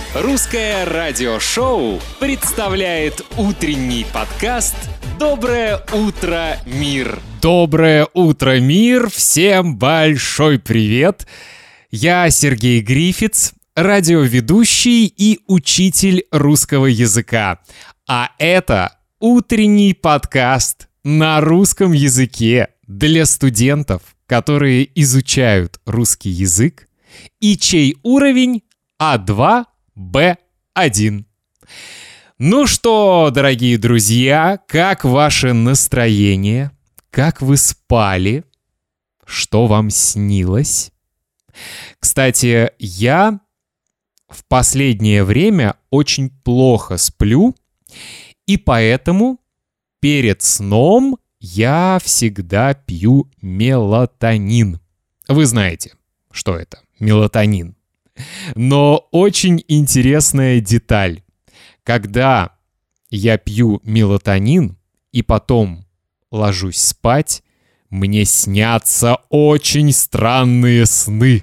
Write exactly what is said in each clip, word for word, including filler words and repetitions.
Русское радиошоу представляет утренний подкаст «Доброе утро, мир». Доброе утро, мир! Всем большой привет! Я Сергей Грифиц, радиоведущий и учитель русского языка. А это утренний подкаст на русском языке для студентов, которые изучают русский язык и чей уровень а два бэ один. Ну что, дорогие друзья, как ваше настроение? Как вы спали? Что вам снилось? Кстати, я в последнее время очень плохо сплю, и поэтому перед сном я всегда пью мелатонин. Вы знаете, что это мелатонин. Но очень интересная деталь. Когда я пью мелатонин и потом ложусь спать, мне снятся очень странные сны.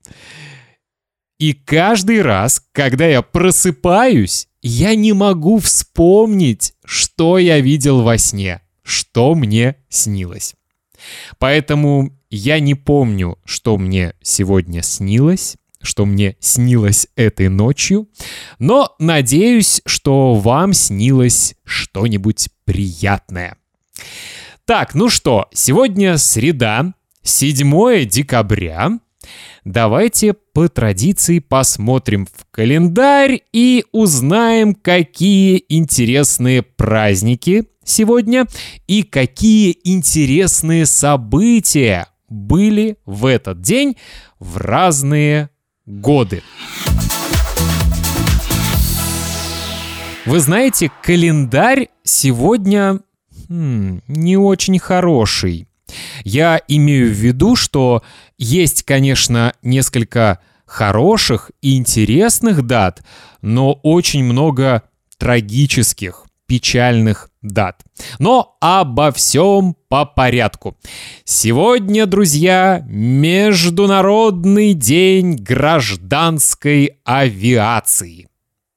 И каждый раз, когда я просыпаюсь, я не могу вспомнить, что я видел во сне, что мне снилось. Поэтому я не помню, что мне сегодня снилось, что мне снилось этой ночью, но надеюсь, что вам снилось что-нибудь приятное. Так, ну что, сегодня среда, седьмое декабря. Давайте по традиции посмотрим в календарь и узнаем, какие интересные праздники сегодня и какие интересные события были в этот день в разные годы. Вы знаете, календарь сегодня хм, не очень хороший. Я имею в виду, что есть, конечно, несколько хороших и интересных дат, но очень много трагических, печальных дат. Но обо всем по порядку. Сегодня, друзья, Международный день гражданской авиации.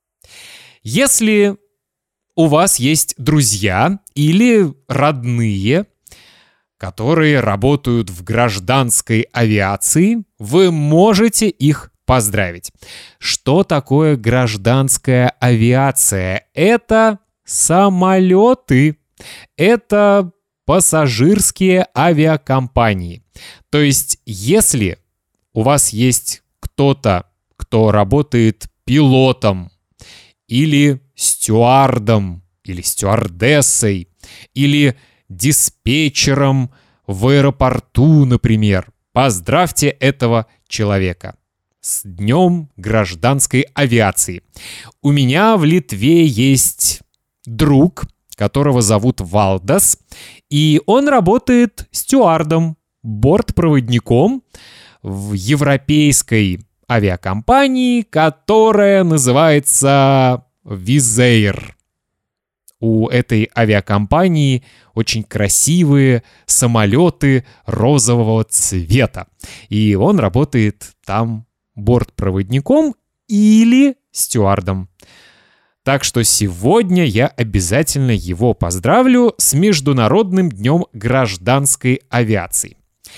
Если у вас есть друзья или родные, которые работают в гражданской авиации, вы можете их поздравить. Что такое гражданская авиация? Это самолеты. Это пассажирские авиакомпании. То есть, если у вас есть кто-то, кто работает пилотом, или стюардом, или стюардессой, или диспетчером в аэропорту, например, поздравьте этого человека с Днем гражданской авиации. У меня в Литве есть друг, которого зовут Валдас, и он работает стюардом, бортпроводником в европейской авиакомпании, которая называется Wizz Air. У этой авиакомпании очень красивые самолеты розового цвета. И он работает там бортпроводником или стюардом. Так что сегодня я обязательно его поздравлю с Международным днем гражданской авиации.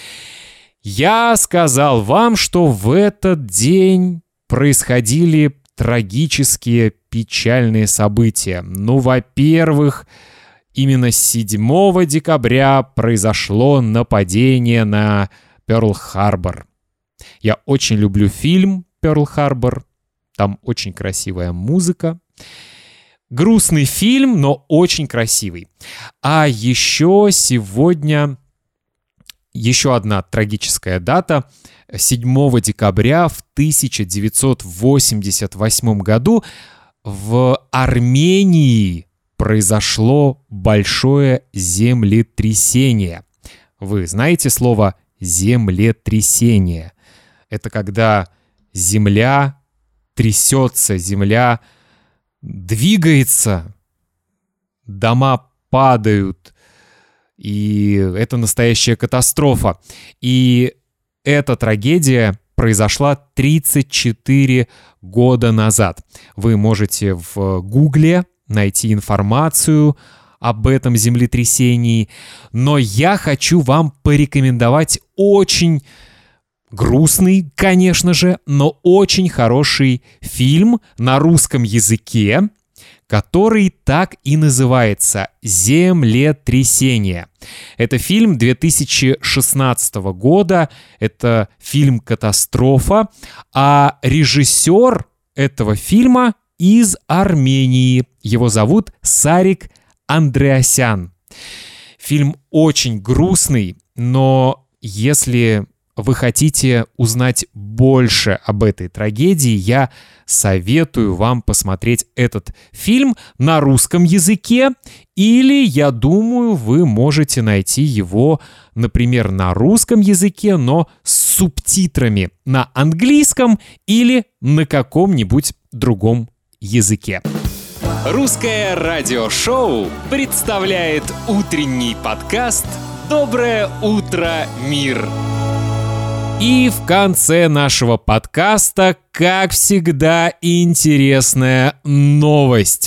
Я сказал вам, что в этот день происходили трагические, печальные события. Ну, во-первых, именно седьмого декабря произошло нападение на Пёрл-Харбор. Я очень люблю фильм «Пёрл-Харбор». Там очень красивая музыка. Грустный фильм, но очень красивый. А еще сегодня еще одна трагическая дата. седьмого декабря в тысяча девятьсот восемьдесят восьмом году в Армении произошло большое землетрясение. Вы знаете слово «землетрясение»? Это когда земля трясется, земля двигается, дома падают, и это настоящая катастрофа. И эта трагедия произошла тридцать четыре года назад. Вы можете в Гугле найти информацию об этом землетрясении, но я хочу вам порекомендовать очень грустный, конечно же, но очень хороший фильм на русском языке, который так и называется «Землетрясение». Это фильм две тысячи шестнадцатого года, это фильм-катастрофа, а режиссер этого фильма из Армении. Его зовут Сарик Андреасян. Фильм очень грустный, но если вы хотите узнать больше об этой трагедии, я советую вам посмотреть этот фильм на русском языке, или, я думаю, вы можете найти его, например, на русском языке, но с субтитрами на английском или на каком-нибудь другом языке. Русское радиошоу представляет утренний подкаст «Доброе утро, мир». И в конце нашего подкаста, как всегда, интересная новость.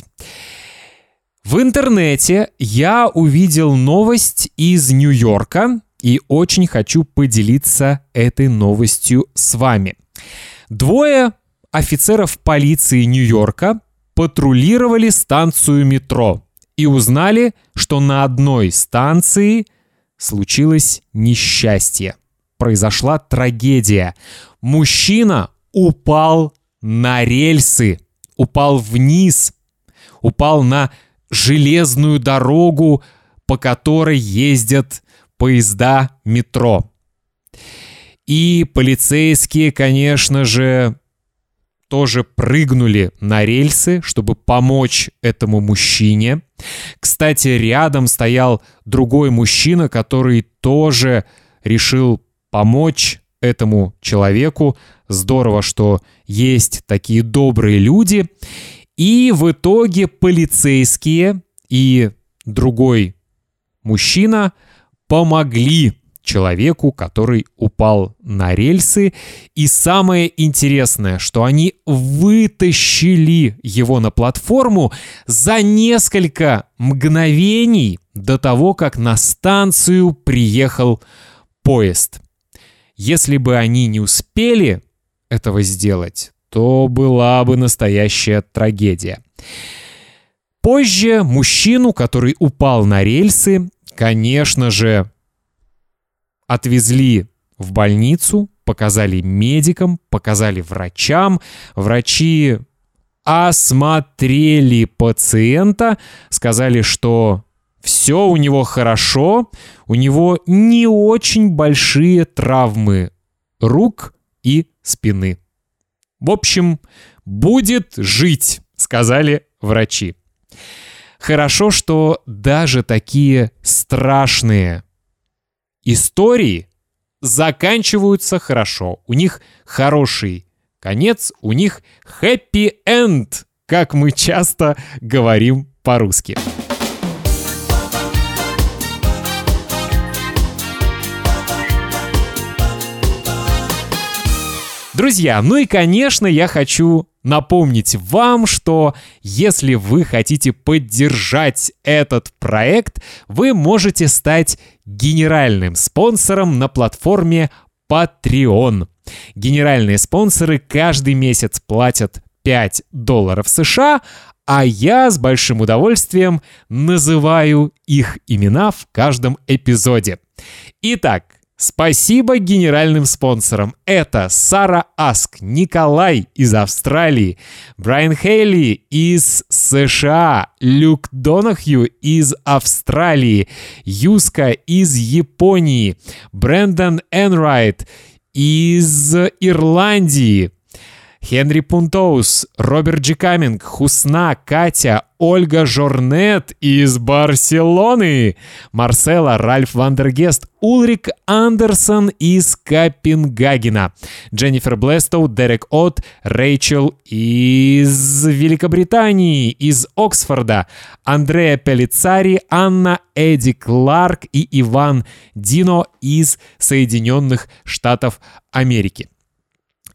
В интернете я увидел новость из Нью-Йорка и очень хочу поделиться этой новостью с вами. Двое офицеров полиции Нью-Йорка патрулировали станцию метро и узнали, что на одной станции случилось несчастье. Произошла трагедия. Мужчина упал на рельсы, упал вниз, упал на железную дорогу, по которой ездят поезда метро. И полицейские, конечно же, тоже прыгнули на рельсы, чтобы помочь этому мужчине. Кстати, рядом стоял другой мужчина, который тоже решил помочь этому человеку. Здорово, что есть такие добрые люди. И в итоге полицейские и другой мужчина помогли человеку, который упал на рельсы. И самое интересное, что они вытащили его на платформу за несколько мгновений до того, как на станцию приехал поезд. Если бы они не успели этого сделать, то была бы настоящая трагедия. Позже мужчину, который упал на рельсы, конечно же, отвезли в больницу, показали медикам, показали врачам. Врачи осмотрели пациента, сказали, что все у него хорошо, у него не очень большие травмы рук и спины. В общем, будет жить, сказали врачи. Хорошо, что даже такие страшные истории заканчиваются хорошо. У них хороший конец, у них хэппи-энд, как мы часто говорим по-русски. Друзья, ну и, конечно, я хочу напомнить вам, что если вы хотите поддержать этот проект, вы можете стать генеральным спонсором на платформе Patreon. Генеральные спонсоры каждый месяц платят пять долларов США, а я с большим удовольствием называю их имена в каждом эпизоде. Итак, спасибо генеральным спонсорам. Это Сара Аск, Николай из Австралии, Брайан Хейли из США, Люк Донахью из Австралии, Юска из Японии, Брэндон Энрайт из Ирландии, Хенри Пунтоус, Роберт Джи Каминг, Хусна, Катя, Ольга Жорнет из Барселоны, Марсела, Ральф Вандергест, Ульрик Андерсон из Копенгагена, Дженнифер Блестоу, Дерек Отт, Рэйчел из Великобритании, из Оксфорда, Андреа Пелицари, Анна Эдди Кларк и Иван Дино из Соединенных Штатов Америки.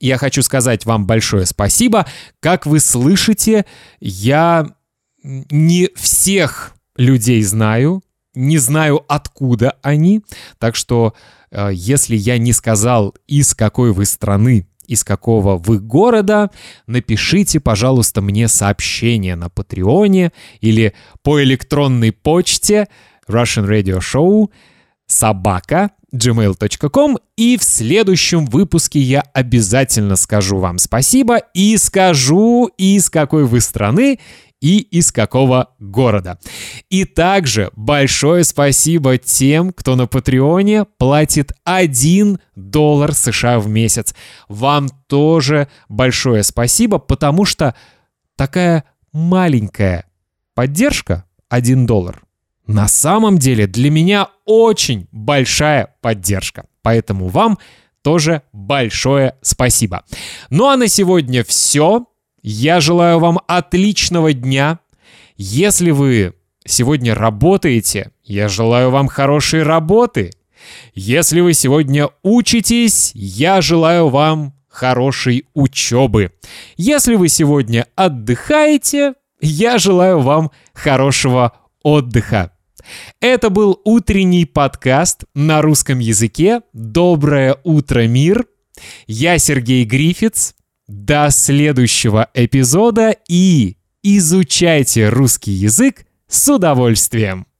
Я хочу сказать вам большое спасибо. Как вы слышите, я не всех людей знаю, не знаю, откуда они. Так что, э, если я не сказал, из какой вы страны, из какого вы города, напишите, пожалуйста, мне сообщение на Патреоне или по электронной почте Russian Radio Show собака джимейл точка ком, и в следующем выпуске я обязательно скажу вам спасибо и скажу, из какой вы страны и из какого города. И также большое спасибо тем, кто на Патреоне платит один доллар США в месяц. Вам тоже большое спасибо, потому что такая маленькая поддержка, один доллар, на самом деле для меня очень большая поддержка. Поэтому вам тоже большое спасибо. Ну а на сегодня все. Я желаю вам отличного дня. Если вы сегодня работаете, я желаю вам хорошей работы. Если вы сегодня учитесь, я желаю вам хорошей учебы. Если вы сегодня отдыхаете, я желаю вам хорошего отдыха. Это был утренний подкаст на русском языке «Доброе утро, мир». Я Сергей Грифиц. До следующего эпизода и изучайте русский язык с удовольствием.